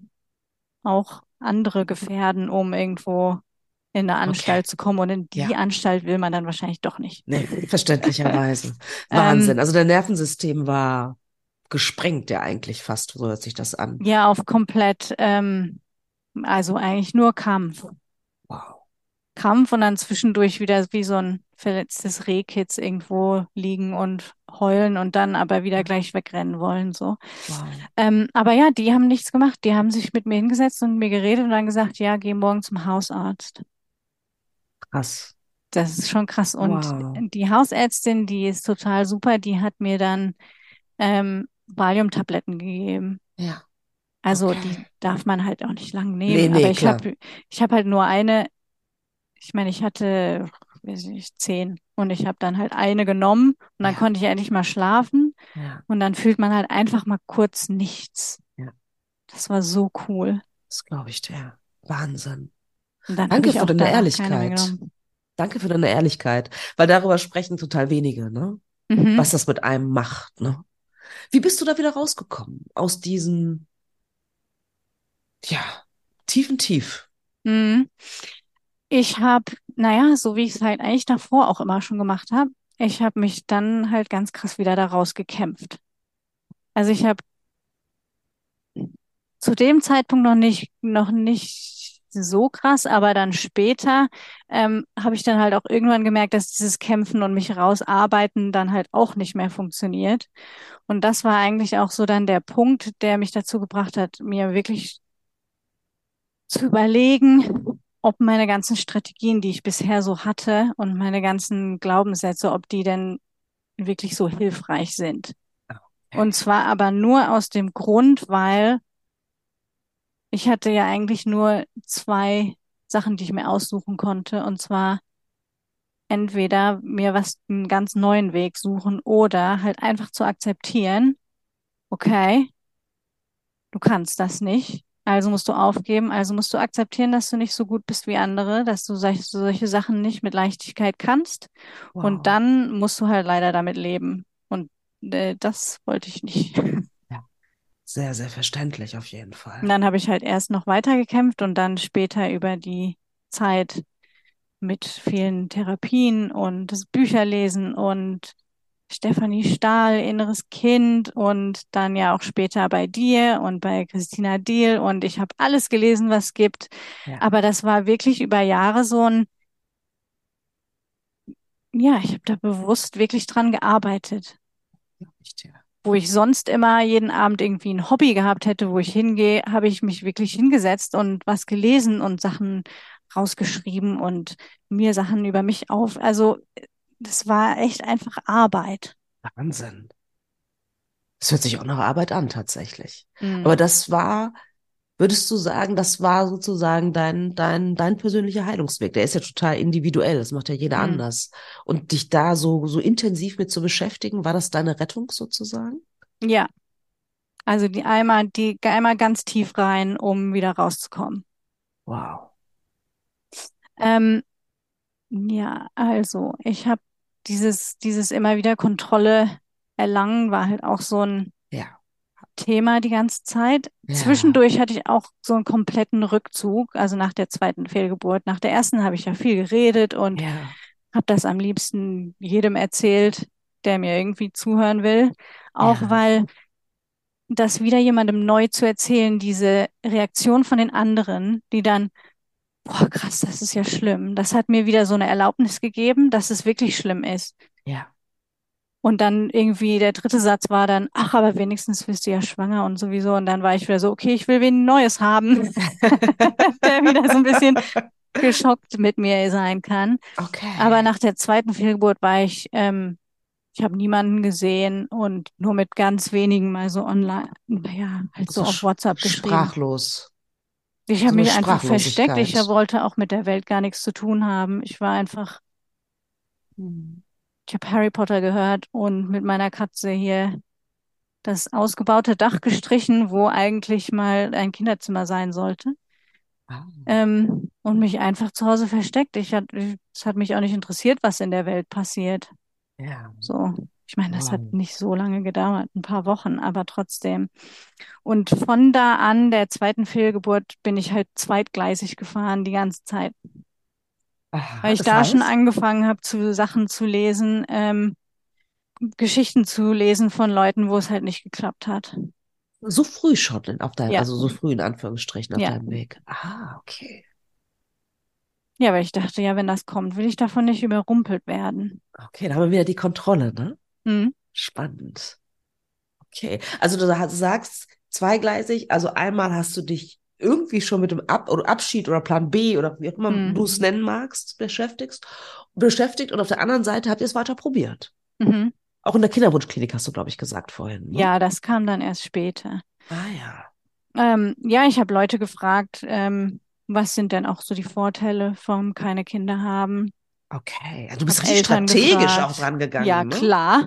auch andere gefährden, um irgendwo in eine Okay. Anstalt zu kommen. Und in die Ja. Anstalt will man dann wahrscheinlich doch nicht. Nee, verständlicherweise. Ähm, Wahnsinn. Also dein Nervensystem war gesprengt ja eigentlich fast, so hört sich das an. ja, auf komplett, also eigentlich nur Kampf. Wow. Kampf und dann zwischendurch wieder wie so ein verletztes Rehkitz irgendwo liegen und heulen und dann aber wieder gleich wegrennen wollen, so. Wow. Aber ja, die haben nichts gemacht. Die haben sich mit mir hingesetzt und mit mir geredet und dann gesagt, ja, geh morgen zum Hausarzt. Krass. Das ist schon krass. Und Wow. die Hausärztin, die ist total super, die hat mir dann Valium-Tabletten gegeben. Ja. Also die Okay. darf man halt auch nicht lang Nee, nehmen. Aber nee, klar. ich habe halt nur eine, ich meine, ich hatte, weiß ich nicht, 10 und ich habe dann halt eine genommen und dann Ja. konnte ich endlich mal schlafen Ja. und dann fühlt man halt einfach mal kurz nichts. Ja. Das war so cool. Das glaube ich dir. Wahnsinn. Und dann habe Danke ich für auch deine danach keine mehr Ehrlichkeit. genommen. Danke für deine Ehrlichkeit, weil darüber sprechen total wenige, ne? Was Mhm. das mit einem macht, ne? Wie bist du da wieder rausgekommen aus diesem, ja, tiefen Tief? Mhm. Ich habe, naja, so wie ich es halt eigentlich davor auch immer schon gemacht habe, ich habe mich dann halt ganz krass wieder daraus gekämpft. Also ich habe zu dem Zeitpunkt noch nicht so krass, aber dann später habe ich dann halt auch irgendwann gemerkt, dass dieses Kämpfen und mich rausarbeiten dann halt auch nicht mehr funktioniert. Und das war eigentlich auch so dann der Punkt, der mich dazu gebracht hat, mir wirklich zu überlegen, ob meine ganzen Strategien, die ich bisher so hatte und meine ganzen Glaubenssätze, ob die denn wirklich so hilfreich sind. Und Okay. zwar aber nur aus dem Grund, weil ich hatte ja eigentlich nur zwei Sachen, die ich mir aussuchen konnte. Und zwar entweder mir einen ganz neuen Weg suchen oder halt einfach zu akzeptieren, okay, du kannst das nicht. Also musst du aufgeben, also musst du akzeptieren, dass du nicht so gut bist wie andere, dass du solche Sachen nicht mit Leichtigkeit kannst. Und Wow. dann musst du halt leider damit leben. Und das wollte ich nicht. Ja. Sehr, sehr verständlich auf jeden Und Fall. dann habe ich halt erst noch weitergekämpft und dann später über die Zeit mit vielen Therapien und das Bücherlesen und Stefanie Stahl, Inneres Kind und dann ja auch später bei dir und bei Christina Diehl und ich habe alles gelesen, was es gibt. Ja, Aber das war wirklich über Jahre so ein, ja, ich habe da bewusst wirklich dran gearbeitet. nicht, ja. Wo ich sonst immer jeden Abend irgendwie ein Hobby gehabt hätte, wo ich hingehe, habe ich mich wirklich hingesetzt und was gelesen und Sachen rausgeschrieben und mir Sachen über mich auf. Also das war echt einfach Arbeit. Wahnsinn. Das hört sich auch nach Arbeit an, tatsächlich. Mm. Aber das war, würdest du sagen, das war sozusagen dein persönlicher Heilungsweg? Der ist ja total individuell, das macht ja jeder Mm. anders. Und dich da so intensiv mit zu beschäftigen, war das deine Rettung sozusagen? Ja, also die einmal ganz tief rein, um wieder rauszukommen. Wow. Ähm, ja, also ich habe dieses immer wieder Kontrolle erlangen, war halt auch so ein Ja, Thema die ganze Zeit. ja, Zwischendurch hatte ich auch so einen kompletten Rückzug, also nach der zweiten Fehlgeburt. Nach der ersten habe ich ja viel geredet und ja, habe das am liebsten jedem erzählt, der mir irgendwie zuhören will. Auch ja. weil das wieder jemandem neu zu erzählen, diese Reaktion von den anderen, die dann, boah, krass, das ist ja schlimm. Das hat mir wieder so eine Erlaubnis gegeben, dass es wirklich schlimm ist. Ja. Und dann irgendwie der dritte Satz war dann, ach, aber wenigstens bist du ja schwanger und sowieso. Und dann war ich wieder so, okay, ich will wen Neues haben, der wieder so ein bisschen geschockt mit mir sein kann. Aber Okay. nach der zweiten Fehlgeburt war ich habe niemanden gesehen und nur mit ganz wenigen mal so online, naja, halt so So auf WhatsApp geschrieben. sprachlos. Ich habe So eine mich einfach versteckt. Ich Sprachlosigkeit. wollte auch mit der Welt gar nichts zu tun haben. Ich war einfach, Hm. ich habe Harry Potter gehört und mit meiner Katze hier das ausgebaute Dach gestrichen, wo eigentlich mal ein Kinderzimmer sein sollte. Ah, Und mich einfach zu Hause versteckt. Es hat mich auch nicht interessiert, was in der Welt passiert. ja. So, ich meine, das hat Wow. nicht so lange gedauert, ein paar Wochen, aber trotzdem. Und von da an, der zweiten Fehlgeburt, bin ich halt zweitgleisig gefahren die ganze Zeit, weil Aha, ich das da schon heißt, angefangen habe, zu Sachen zu lesen, Geschichten zu lesen von Leuten, wo es halt nicht geklappt hat. so früh schon auf deinem, Ja, also so früh in Anführungsstrichen auf ja. deinem Weg. Ah, okay. Ja, weil ich dachte, ja, wenn das kommt, will ich davon nicht überrumpelt werden. Okay, da haben wir wieder die Kontrolle, ne? Hm? Spannend. Okay. Also du sagst zweigleisig, also einmal hast du dich irgendwie schon mit dem oder Abschied oder Plan B oder wie auch immer du es Hm. nennen magst, beschäftigt und auf der anderen Seite habt ihr es weiter probiert. Mhm. Auch in der Kinderwunschklinik hast du, glaube ich, gesagt vorhin, ne? Ja, das kam dann erst später. Ah ja. Ja, ich habe Leute gefragt, was sind denn auch so die Vorteile vom keine Kinder haben? Okay. Ja, du bist Habe richtig Eltern strategisch auch gefragt. dran Ja, gegangen, ne? klar.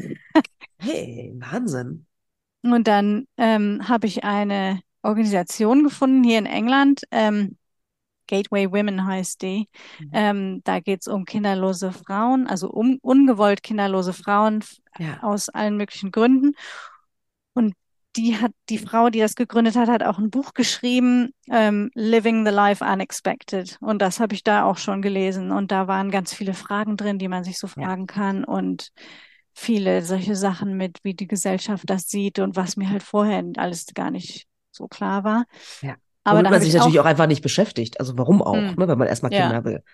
Hey, Wahnsinn. Und dann habe ich eine Organisation gefunden hier in England. Gateway Women heißt die. Da geht es um kinderlose Frauen, also um ungewollt kinderlose Frauen Ja, aus allen möglichen Gründen. Und die Frau, die das gegründet hat, hat auch ein Buch geschrieben, Living the Life Unexpected. Und das habe ich da auch schon gelesen. Und da waren ganz viele Fragen drin, die man sich so ja, fragen kann und viele solche Sachen mit, wie die Gesellschaft das sieht und was mir halt vorher alles gar nicht so klar war. ja. Aber Womit da man habe sich ich natürlich auch, auch einfach nicht beschäftigt. Also warum auch, hm, ne? Wenn man erstmal ja, Kinder will.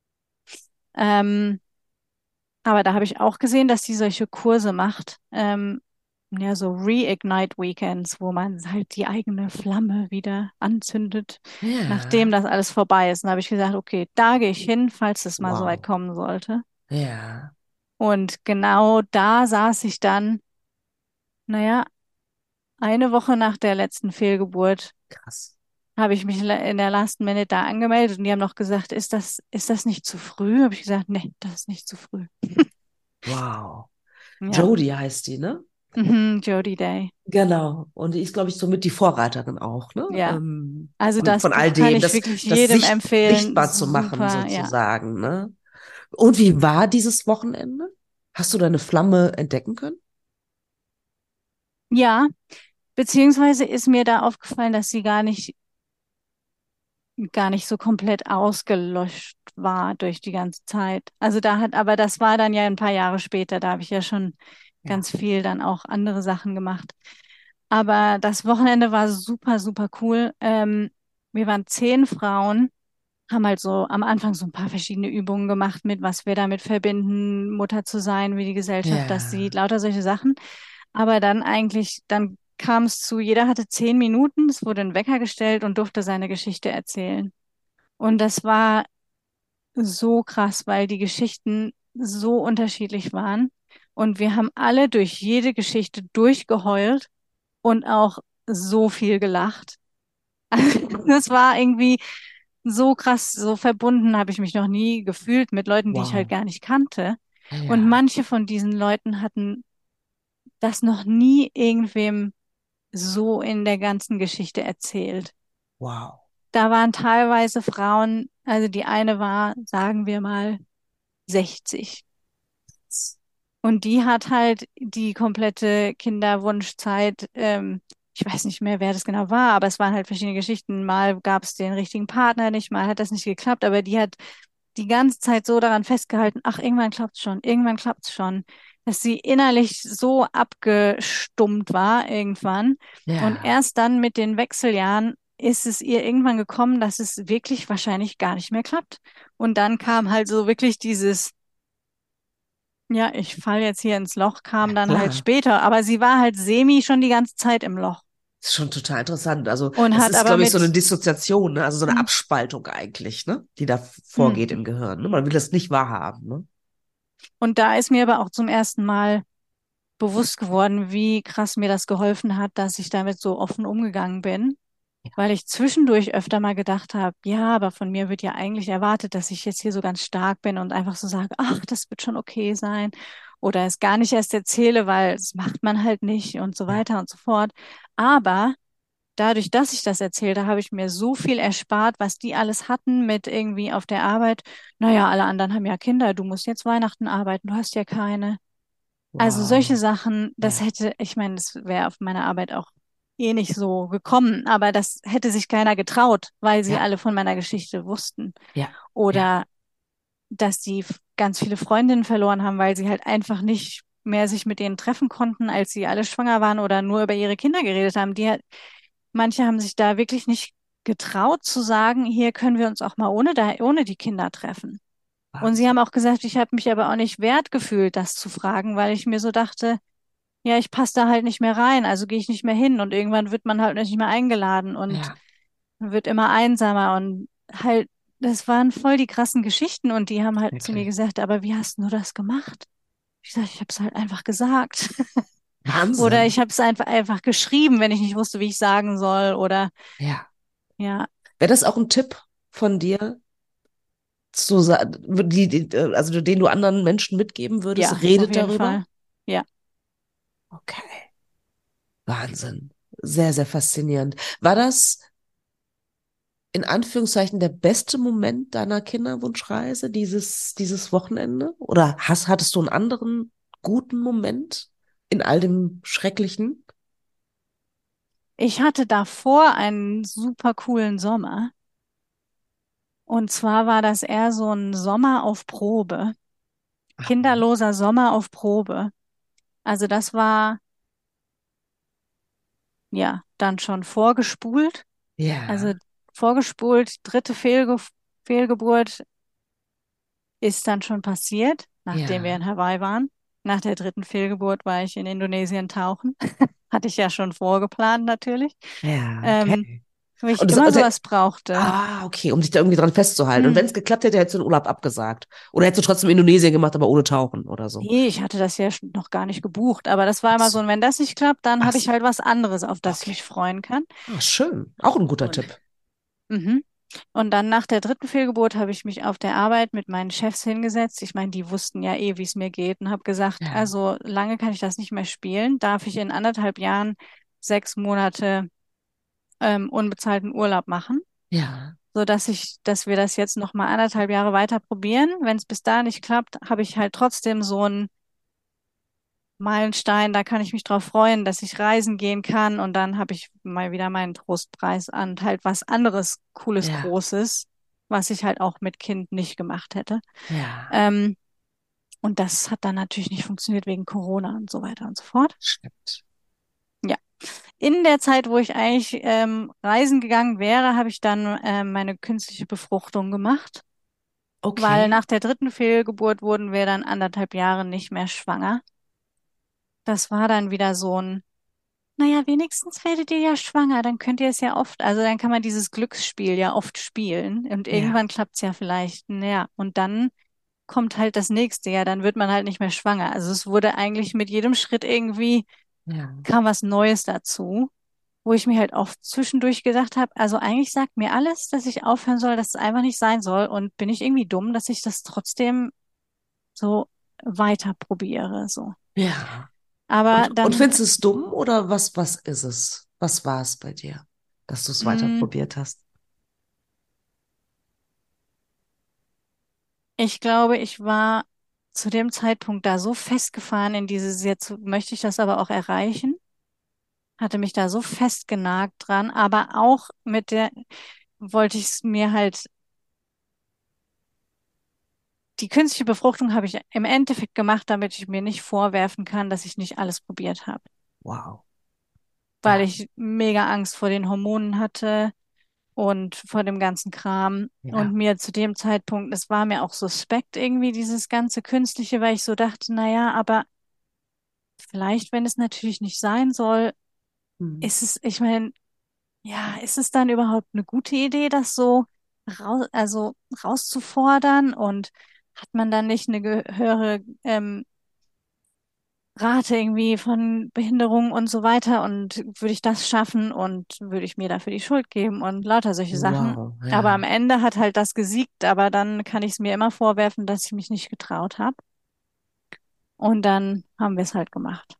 ähm, aber da habe ich auch gesehen, dass die solche Kurse macht. Ja, so Reignite Weekends, wo man halt die eigene Flamme wieder anzündet, nachdem Ja. das alles vorbei ist. Und da habe ich gesagt, okay, da gehe ich hin, falls es mal so weit Wow. kommen sollte. Ja. Und genau da saß ich dann, naja, eine Woche nach der letzten Fehlgeburt Krass. habe ich mich in der Last Minute da angemeldet und die haben noch gesagt, ist das nicht zu früh? Habe ich gesagt, nee, das ist nicht zu früh. Wow. Ja, Jodie heißt die, ne? mhm, Jody Day. Genau. Und die ist, glaube ich, somit die Vorreiterin auch, ne? Ja, also das Von all Buch kann dem, ich wirklich das jedem empfehlen. sichtbar zu machen, Super, ja. sozusagen, ne? Und wie war dieses Wochenende? Hast du deine Flamme entdecken können? Ja, beziehungsweise ist mir da aufgefallen, dass sie gar nicht so komplett ausgelöscht war durch die ganze Zeit. Also aber das war dann ja ein paar Jahre später, da habe ich ja schon Ja. ganz viel dann auch andere Sachen gemacht. Aber das Wochenende war super, super cool. Wir waren 10 Frauen, haben halt so am Anfang so ein paar verschiedene Übungen gemacht mit, was wir damit verbinden, Mutter zu sein, wie die Gesellschaft das sieht, Ja. lauter solche Sachen. Aber dann kam es zu, jeder hatte 10 Minuten, es wurde ein Wecker gestellt und durfte seine Geschichte erzählen. Und das war so krass, weil die Geschichten so unterschiedlich waren. Und wir haben alle durch jede Geschichte durchgeheult und auch so viel gelacht. Das war irgendwie so krass, so verbunden habe ich mich noch nie gefühlt mit Leuten, die ich halt Wow. gar nicht kannte. Und Ja. manche von diesen Leuten hatten das noch nie irgendwem so in der ganzen Geschichte erzählt. Wow. Da waren teilweise Frauen, also die eine war, sagen wir mal, 60. Und die hat halt die komplette Kinderwunschzeit, ich weiß nicht mehr, wer das genau war, aber es waren halt verschiedene Geschichten. Mal gab es den richtigen Partner nicht, mal hat das nicht geklappt, aber die hat die ganze Zeit so daran festgehalten, ach, irgendwann klappt's schon, irgendwann klappt's schon, dass sie innerlich so abgestummt war irgendwann. Und Ja. erst dann mit den Wechseljahren ist es ihr irgendwann gekommen, dass es wirklich wahrscheinlich gar nicht mehr klappt. Und dann kam halt so wirklich dieses, ja, ich falle jetzt hier ins Loch, Ja, kam dann halt klar. später. Aber sie war halt semi schon die ganze Zeit im Loch Das ist schon total interessant. Also, und das hat ist, aber glaube ich, so eine mit, Dissoziation, ne? Also so eine hm, Abspaltung eigentlich, ne? Die da vorgeht hm. im Gehirn. Ne? Man will das nicht wahrhaben, ne? Und da ist mir aber auch zum ersten Mal bewusst geworden, wie krass mir das geholfen hat, dass ich damit so offen umgegangen bin, weil ich zwischendurch öfter mal gedacht habe, ja, aber von mir wird ja eigentlich erwartet, dass ich jetzt hier so ganz stark bin und einfach so sage, ach, das wird schon okay sein. Oder es gar nicht erst erzähle, weil das macht man halt nicht und so Ja, weiter und so fort. Aber dadurch, dass ich das erzählte, habe ich mir so viel erspart, was die alles hatten mit irgendwie auf der Arbeit. Naja, alle anderen haben ja Kinder, du musst jetzt Weihnachten arbeiten, du hast ja keine. Also solche wow. Sachen, das Ja, hätte, ich meine, das wäre auf meiner Arbeit auch eh nicht so gekommen, aber das hätte sich keiner getraut, weil sie ja, alle von meiner Geschichte wussten. ja, ja, Oder dass sie ganz viele Freundinnen verloren haben, weil sie halt einfach nicht mehr sich mit denen treffen konnten, als sie alle schwanger waren oder nur über ihre Kinder geredet haben. Manche haben sich da wirklich nicht getraut zu sagen, hier können wir uns auch mal ohne die Kinder treffen. Und sie Wahnsinn. haben auch gesagt, ich habe mich aber auch nicht wert gefühlt, das zu fragen, weil ich mir so dachte, ja, ich passe da halt nicht mehr rein, also gehe ich nicht mehr hin und irgendwann wird man halt nicht mehr eingeladen und Ja, man wird immer einsamer und halt, das waren voll die krassen Geschichten und die haben halt zu mir wirklich. gesagt, aber wie hast du das gemacht? Ich sage, ich habe es halt einfach gesagt. Oder Wahnsinn. ich habe es einfach geschrieben, wenn ich nicht wusste, wie ich sagen soll. Oder Ja. ja, Wäre das auch ein Tipp von dir, also den du anderen Menschen mitgeben würdest? ja, auf Redet jeden darüber? Fall. Ja. Okay. Wahnsinn. Sehr, sehr faszinierend. War das in Anführungszeichen der beste Moment deiner Kinderwunschreise, dieses Wochenende? Oder hattest du einen anderen guten Moment in all dem Schrecklichen? Ich hatte davor einen super coolen Sommer. Und zwar war das eher so ein Sommer auf Probe. Ach, Kinderloser Sommer auf Probe. Also das war ja dann schon vorgespult. Also ja, vorgespult, Fehlgeburt ist dann schon passiert, nachdem wir ja, in Hawaii waren. Nach der dritten Fehlgeburt war ich in Indonesien tauchen. Hatte ich ja schon vorgeplant natürlich, ja, ähm, okay. weil ich Und immer sowas brauchte. okay, um dich da irgendwie dran festzuhalten. Und wenn Hm. es geklappt hätte, hättest du den Urlaub abgesagt. Oder hättest du trotzdem Indonesien gemacht, aber ohne Tauchen oder so. Nee, ich hatte das ja noch gar nicht gebucht, aber das war Ach immer so, so. und wenn das nicht klappt, dann Ach habe ich so. halt was anderes, auf das ich Okay. mich freuen kann. Ah, schön. Auch ein guter Und Tipp. mhm. Und dann nach der dritten Fehlgeburt habe ich mich auf der Arbeit mit meinen Chefs hingesetzt. Ich meine, die wussten ja eh, wie es mir geht und habe gesagt, Ja, also lange kann ich das nicht mehr spielen. Darf ich in 1,5 Jahren 6 Monate unbezahlten Urlaub machen, ja, dass wir das jetzt noch mal 1,5 Jahre weiter probieren. Wenn es bis da nicht klappt, habe ich halt trotzdem so ein Meilenstein, da kann ich mich drauf freuen, dass ich reisen gehen kann. Und dann habe ich mal wieder meinen Trostpreis an halt was anderes Cooles, Ja, Großes, was ich halt auch mit Kind nicht gemacht hätte. ja, Ähm, und das hat dann natürlich nicht funktioniert wegen Corona und so weiter und so fort. stimmt. Ja, in der Zeit, wo ich eigentlich reisen gegangen wäre, habe ich dann meine künstliche Befruchtung gemacht, weil Okay. nach der dritten Fehlgeburt wurden wir dann 1,5 Jahre nicht mehr schwanger. Das war dann wieder so ein, naja, wenigstens werdet ihr ja schwanger, dann könnt ihr es ja oft, also dann kann man dieses Glücksspiel ja oft spielen und Ja, irgendwann klappt es ja vielleicht, naja, und dann kommt halt das nächste, ja, dann wird man halt nicht mehr schwanger. Also es wurde eigentlich mit jedem Schritt irgendwie, ja, kam was Neues dazu, wo ich mir halt oft zwischendurch gedacht habe, also eigentlich sagt mir alles, dass ich aufhören soll, dass es einfach nicht sein soll und bin ich irgendwie dumm, dass ich das trotzdem so weiter probiere, so. ja. Aber Und dann, findest du es dumm oder was ist es? Was war es bei dir, dass du es weiter mh, probiert hast? ich glaube, ich war zu dem Zeitpunkt da so festgefahren in dieses, jetzt möchte ich das aber auch erreichen, hatte mich da so festgenagt dran, aber auch mit der, wollte ich es mir halt, die künstliche Befruchtung habe ich im Endeffekt gemacht, damit ich mir nicht vorwerfen kann, dass ich nicht alles probiert habe, Wow. weil Ja, ich mega Angst vor den Hormonen hatte und vor dem ganzen Kram. Und ja. mir zu dem Zeitpunkt, es war mir auch suspekt irgendwie, dieses ganze Künstliche, weil ich so dachte, naja, aber vielleicht, wenn es natürlich nicht sein soll, Hm. ist es, ich meine, ja, ist es dann überhaupt eine gute Idee, das so also rauszufordern und hat man dann nicht eine höhere Rate irgendwie von Behinderung und so weiter und würde ich das schaffen und würde ich mir dafür die Schuld geben und lauter solche Sachen. Wow, Aber am ja. Ende hat halt das gesiegt, aber dann kann ich es mir immer vorwerfen, dass ich mich nicht getraut habe. Und dann haben wir es halt gemacht.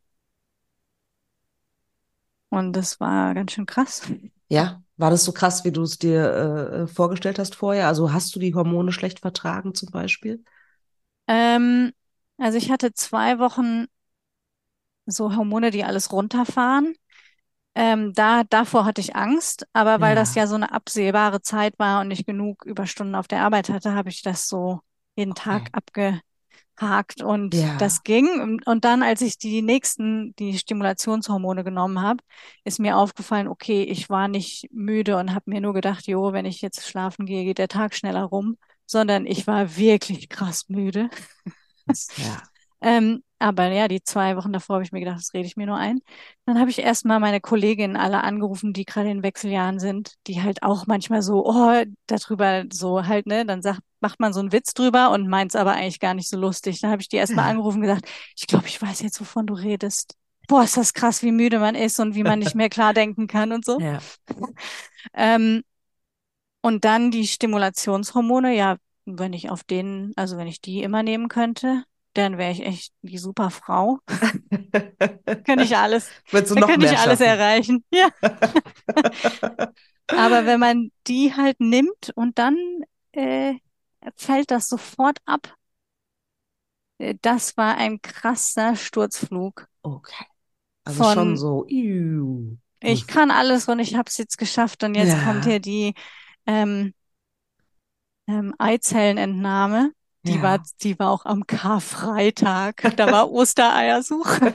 Und das war ganz schön krass. Ja, war das so krass, wie du es dir vorgestellt hast vorher? Also hast du die Hormone schlecht vertragen zum Beispiel? Ähm, also ich hatte 2 Wochen so Hormone, die alles runterfahren. Davor hatte ich Angst, aber weil das ja Ja, so eine absehbare Zeit war und ich genug Überstunden auf der Arbeit hatte, habe ich das so jeden Tag okay. abgehakt und das Ja. ging. Und dann, als ich die Stimulationshormone genommen habe, ist mir aufgefallen, okay, ich war nicht müde und habe mir nur gedacht, jo, wenn ich jetzt schlafen gehe, geht der Tag schneller rum, sondern ich war wirklich krass müde. Ja. Aber ja, die 2 Wochen davor habe ich mir gedacht, das rede ich mir nur ein. Dann habe ich erstmal meine Kolleginnen alle angerufen, die gerade in Wechseljahren sind, die halt auch manchmal so, oh, darüber so halt, ne, dann macht man so einen Witz drüber und meint es aber eigentlich gar nicht so lustig. Dann habe ich die erstmal Ja. angerufen und gesagt, ich glaube, ich weiß jetzt, wovon du redest. Boah, ist das krass, wie müde man ist und wie man nicht mehr klar denken kann und so. Ja. Ähm, und dann die Stimulationshormone, ja, wenn ich auf denen, also wenn ich die immer nehmen könnte, dann wäre ich echt die super Frau. Könnte ich alles, Willst du da noch könnte mehr ich alles schaffen? erreichen. Ja. Aber wenn man die halt nimmt und dann äh, fällt das sofort ab, das war ein krasser Sturzflug Okay. Also schon von so, iu. Hm. ich kann alles und ich habe es jetzt geschafft und jetzt kommt Ja, hier die ähm, Eizellenentnahme. ja. Die war auch am Karfreitag. Da war Ostereiersuche.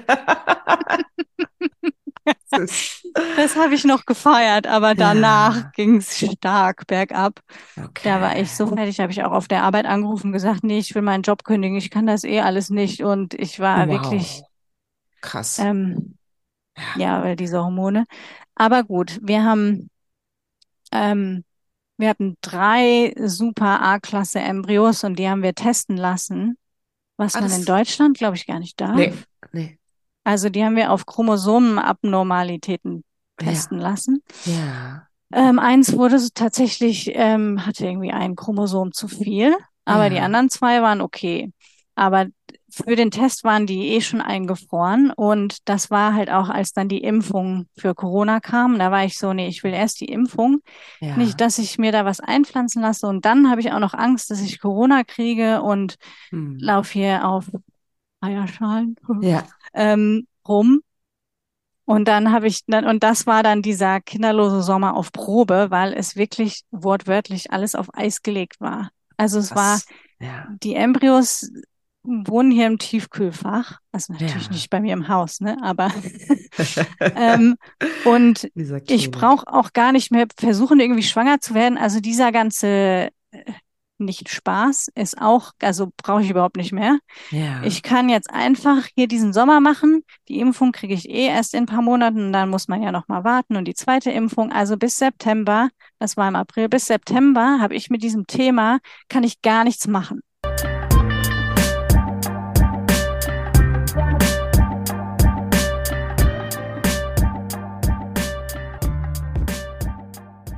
Süß. Das habe ich noch gefeiert, aber danach Ja, ging es stark bergab. Da war ich okay. so fertig, habe ich auch auf der Arbeit angerufen und gesagt, nee, ich will meinen Job kündigen, ich kann das eh alles nicht. Und ich war wirklich, Wow. Krass. ähm, Ja. ja, weil diese Hormone. Aber gut, ähm, wir hatten 3 super A-Klasse Embryos und die haben wir testen lassen, was man in Alles. Deutschland, glaube ich, gar nicht Nee, darf. nee. Also die haben wir auf Chromosomenabnormalitäten testen Ja, lassen. ja, Eins wurde so tatsächlich, hatte irgendwie ein Chromosom zu viel, aber die ja, anderen 2 waren okay. Aber für den Test waren die eh schon eingefroren und das war halt auch, als dann die Impfung für Corona kam, da war ich so, nee, ich will erst die Impfung, nicht, ja. dass ich mir da was einpflanzen lasse und dann habe ich auch noch Angst, dass ich Corona kriege und Hm. laufe hier auf Eierschalen Ja. rum. Und dann und das war dann dieser kinderlose Sommer auf Probe, weil es wirklich wortwörtlich alles auf Eis gelegt war. Also es war, Was? Ja. die Embryos wohnen hier im Tiefkühlfach, also natürlich Ja. nicht bei mir im Haus, ne, aber ähm, und Dieser ich Klinik. brauche auch gar nicht mehr versuchen, irgendwie schwanger zu werden. Also dieser ganze nicht Spaß ist auch, also brauche ich überhaupt nicht mehr. Ja. Ich kann jetzt einfach hier diesen Sommer machen. Die Impfung kriege ich eh erst in ein paar Monaten und dann muss man ja noch mal warten und die zweite Impfung. Also bis September, das war im April, bis September habe ich mit diesem Thema, kann ich gar nichts machen.